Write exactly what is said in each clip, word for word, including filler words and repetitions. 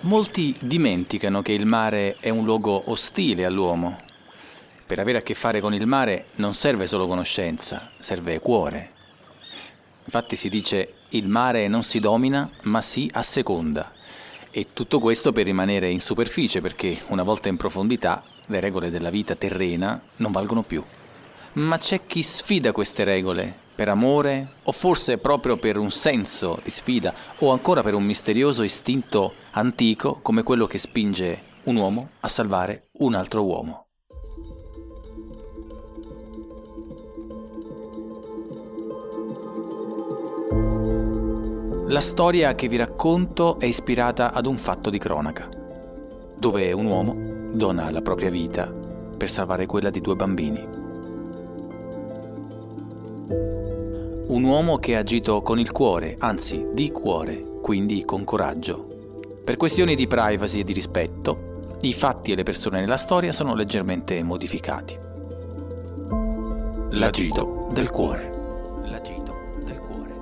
Molti dimenticano che il mare è un luogo ostile all'uomo. Per avere a che fare con il mare non serve solo conoscenza, serve cuore. Infatti si dice il mare non si domina, ma si asseconda. E tutto questo per rimanere in superficie, perché una volta in profondità le regole della vita terrena non valgono più. Ma c'è chi sfida queste regole, per amore, o forse proprio per un senso di sfida, o ancora per un misterioso istinto antico come quello che spinge un uomo a salvare un altro uomo. La storia che vi racconto è ispirata ad un fatto di cronaca, dove un uomo dona la propria vita per salvare quella di due bambini. Un uomo che ha agito con il cuore, anzi di cuore, quindi con coraggio. Per questioni di privacy e di rispetto, i fatti e le persone nella storia sono leggermente modificati. L'agito del cuore. L'agito del cuore.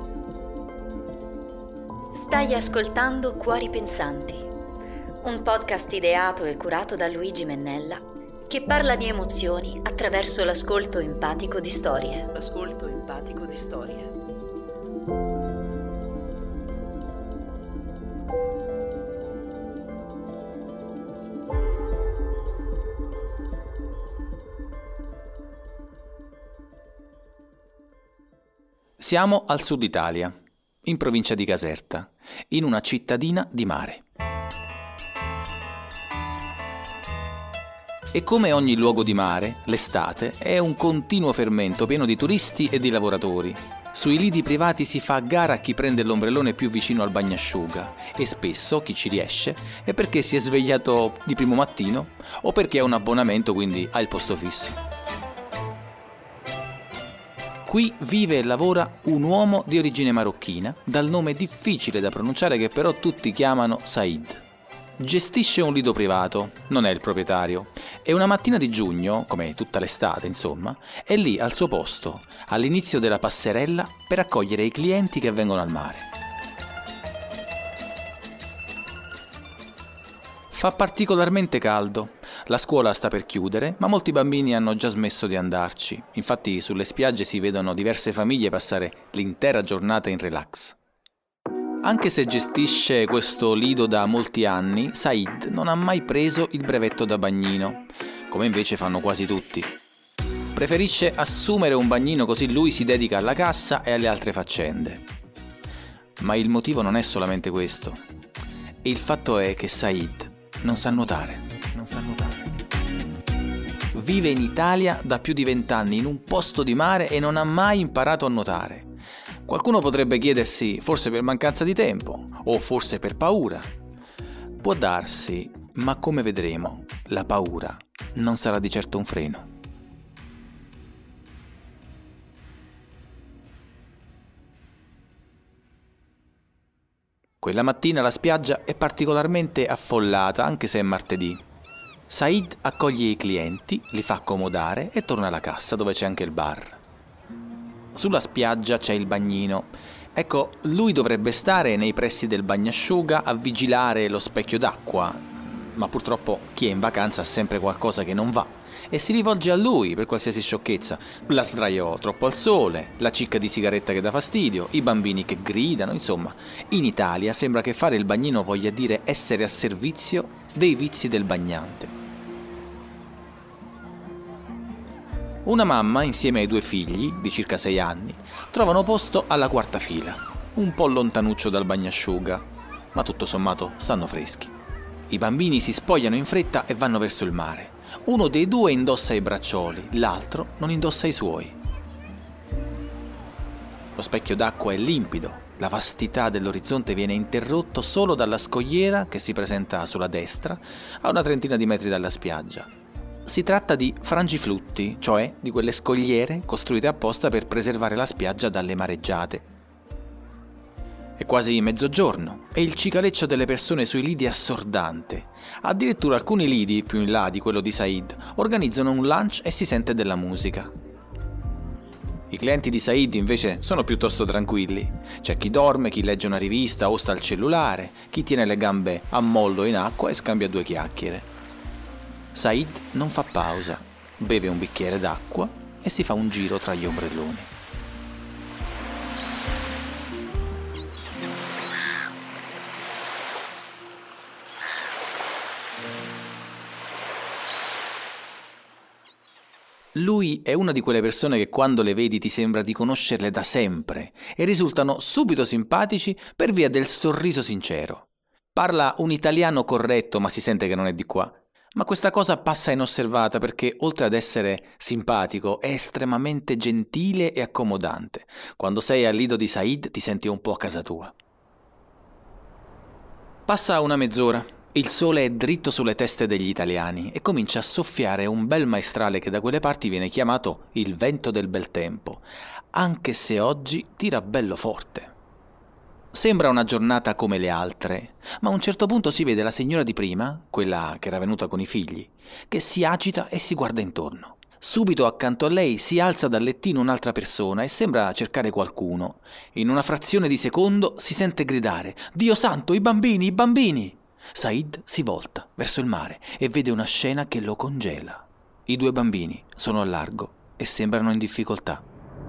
Stai ascoltando Cuori Pensanti, un podcast ideato e curato da Luigi Mennella che parla di emozioni attraverso l'ascolto empatico di storie. L'ascolto empatico di storie. Siamo al sud Italia, in provincia di Caserta, in una cittadina di mare. E come ogni luogo di mare, l'estate è un continuo fermento pieno di turisti e di lavoratori. Sui lidi privati si fa a gara a chi prende l'ombrellone più vicino al bagnasciuga e spesso chi ci riesce è perché si è svegliato di primo mattino o perché ha un abbonamento, quindi ha il posto fisso. Qui vive e lavora un uomo di origine marocchina, dal nome difficile da pronunciare che però tutti chiamano Said. Gestisce un lido privato, non è il proprietario, e una mattina di giugno, come tutta l'estate insomma, è lì al suo posto, all'inizio della passerella, per accogliere i clienti che vengono al mare. Fa particolarmente caldo, la scuola sta per chiudere, ma molti bambini hanno già smesso di andarci, infatti sulle spiagge si vedono diverse famiglie passare l'intera giornata in relax. Anche se gestisce questo lido da molti anni, Said non ha mai preso il brevetto da bagnino, come invece fanno quasi tutti. Preferisce assumere un bagnino così lui si dedica alla cassa e alle altre faccende. Ma il motivo non è solamente questo. Il fatto è che Said non sa nuotare. Non sa nuotare. Vive in Italia da più di vent'anni in un posto di mare e non ha mai imparato a nuotare. Qualcuno potrebbe chiedersi, forse per mancanza di tempo, o forse per paura. Può darsi, ma come vedremo, la paura non sarà di certo un freno. Quella mattina la spiaggia è particolarmente affollata, anche se è martedì. Said accoglie i clienti, li fa accomodare e torna alla cassa, dove c'è anche il bar. Sulla spiaggia c'è il bagnino. Ecco, lui dovrebbe stare nei pressi del bagnasciuga a vigilare lo specchio d'acqua, ma purtroppo chi è in vacanza ha sempre qualcosa che non va e si rivolge a lui per qualsiasi sciocchezza. La sdraio troppo al sole, la cicca di sigaretta che dà fastidio, i bambini che gridano, insomma. In Italia sembra che fare il bagnino voglia dire essere a servizio dei vizi del bagnante. Una mamma, insieme ai due figli, di circa sei anni, trovano posto alla quarta fila, un po' lontanuccio dal bagnasciuga, ma tutto sommato stanno freschi. I bambini si spogliano in fretta e vanno verso il mare. Uno dei due indossa i braccioli, l'altro non indossa i suoi. Lo specchio d'acqua è limpido, la vastità dell'orizzonte viene interrotto solo dalla scogliera che si presenta sulla destra, a una trentina di metri dalla spiaggia. Si tratta di frangiflutti, cioè di quelle scogliere costruite apposta per preservare la spiaggia dalle mareggiate. È quasi mezzogiorno e il cicaleccio delle persone sui lidi è assordante. Addirittura alcuni lidi, più in là di quello di Said, organizzano un lunch e si sente della musica. I clienti di Said invece sono piuttosto tranquilli. C'è chi dorme, chi legge una rivista o sta al cellulare, chi tiene le gambe a mollo in acqua e scambia due chiacchiere. Said non fa pausa, beve un bicchiere d'acqua e si fa un giro tra gli ombrelloni. Lui è una di quelle persone che quando le vedi ti sembra di conoscerle da sempre e risultano subito simpatici per via del sorriso sincero. Parla un italiano corretto, ma si sente che non è di qua. Ma questa cosa passa inosservata perché, oltre ad essere simpatico, è estremamente gentile e accomodante. Quando sei al lido di Said ti senti un po' a casa tua. Passa una mezz'ora. Il sole è dritto sulle teste degli italiani e comincia a soffiare un bel maestrale che da quelle parti viene chiamato il vento del bel tempo, anche se oggi tira bello forte. Sembra una giornata come le altre, ma a un certo punto si vede la signora di prima, quella che era venuta con i figli, che si agita e si guarda intorno. Subito accanto a lei si alza dal lettino un'altra persona e sembra cercare qualcuno. In una frazione di secondo si sente gridare: «Dio santo, i bambini, i bambini!» Said si volta verso il mare e vede una scena che lo congela. I due bambini sono a largo e sembrano in difficoltà.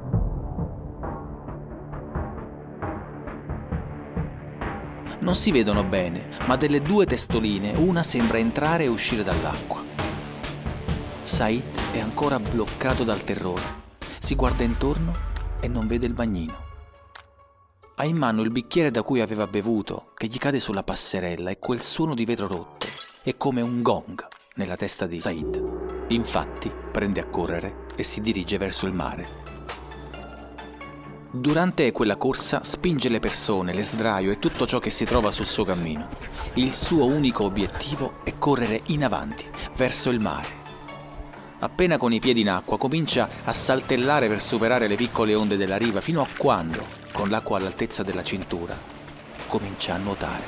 Non si vedono bene, ma delle due testoline una sembra entrare e uscire dall'acqua. Said è ancora bloccato dal terrore. Si guarda intorno e non vede il bagnino. Ha in mano il bicchiere da cui aveva bevuto, che gli cade sulla passerella, e quel suono di vetro rotto è come un gong nella testa di Said. Infatti prende a correre e si dirige verso il mare. Durante quella corsa spinge le persone, le sdraio e tutto ciò che si trova sul suo cammino. Il suo unico obiettivo è correre in avanti, verso il mare. Appena con i piedi in acqua comincia a saltellare per superare le piccole onde della riva, fino a quando, con l'acqua all'altezza della cintura, comincia a nuotare.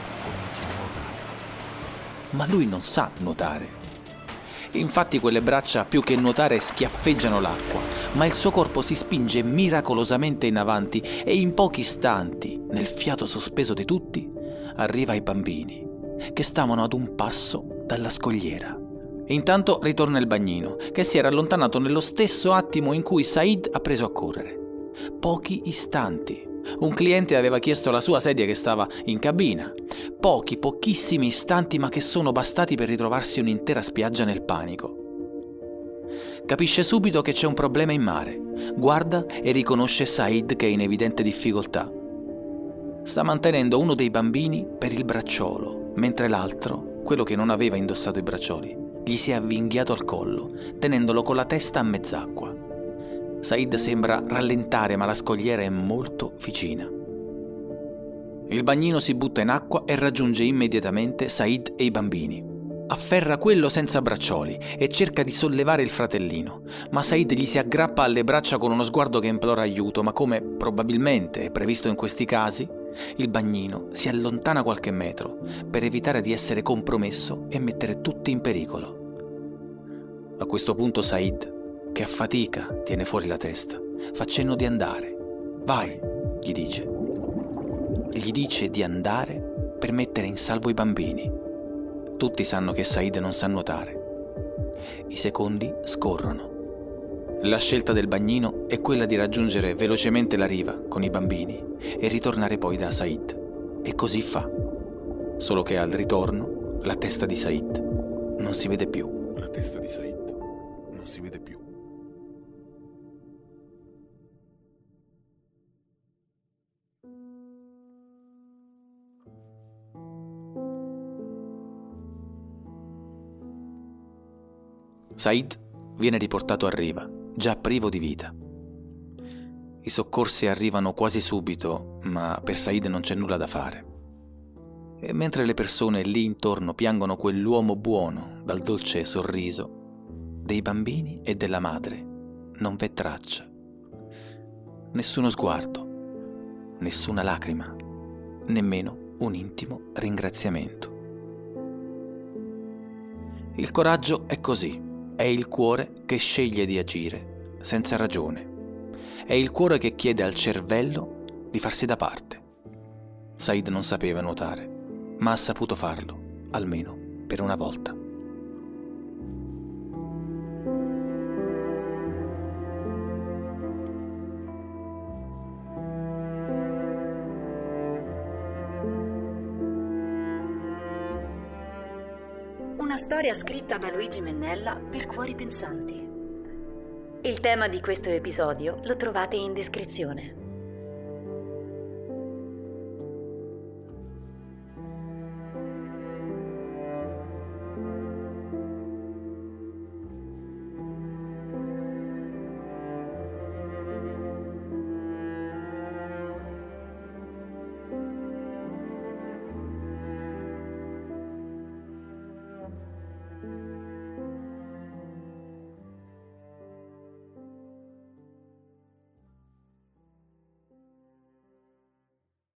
Ma lui non sa nuotare. Infatti quelle braccia più che nuotare schiaffeggiano l'acqua, ma il suo corpo si spinge miracolosamente in avanti e in pochi istanti, nel fiato sospeso di tutti, arriva ai bambini, che stavano ad un passo dalla scogliera. Intanto ritorna il bagnino, che si era allontanato nello stesso attimo in cui Said ha preso a correre. Pochi istanti. Un cliente aveva chiesto la sua sedia che stava in cabina. Pochi, pochissimi istanti, ma che sono bastati per ritrovarsi un'intera spiaggia nel panico. Capisce subito che c'è un problema in mare. Guarda e riconosce Said che è in evidente difficoltà. Sta mantenendo uno dei bambini per il bracciolo, mentre l'altro, quello che non aveva indossato i braccioli, gli si è avvinghiato al collo, tenendolo con la testa a mezz'acqua. Said sembra rallentare, ma la scogliera è molto vicina. Il bagnino si butta in acqua e raggiunge immediatamente Said e i bambini. Afferra quello senza braccioli e cerca di sollevare il fratellino, ma Said gli si aggrappa alle braccia con uno sguardo che implora aiuto, ma come probabilmente è previsto in questi casi, il bagnino si allontana qualche metro per evitare di essere compromesso e mettere tutti in pericolo. A questo punto Said, che a fatica tiene fuori la testa, fa cenno di andare. «Vai», gli dice. Gli dice di andare per mettere in salvo i bambini. Tutti sanno che Said non sa nuotare. I secondi scorrono. La scelta del bagnino è quella di raggiungere velocemente la riva con i bambini e ritornare poi da Said. E così fa. Solo che al ritorno la testa di Said non si vede più. La testa di Said non si vede più. Said viene riportato a riva, già privo di vita. I soccorsi arrivano quasi subito, ma per Said non c'è nulla da fare. E mentre le persone lì intorno piangono quell'uomo buono dal dolce sorriso, dei bambini e della madre non v'è traccia. Nessuno sguardo, nessuna lacrima, nemmeno un intimo ringraziamento. Il coraggio è così. È il cuore che sceglie di agire senza ragione. È il cuore che chiede al cervello di farsi da parte. Said non sapeva nuotare, ma ha saputo farlo, almeno per una volta. Una storia scritta da Luigi Mennella per Cuori Pensanti. Il tema di questo episodio lo trovate in descrizione.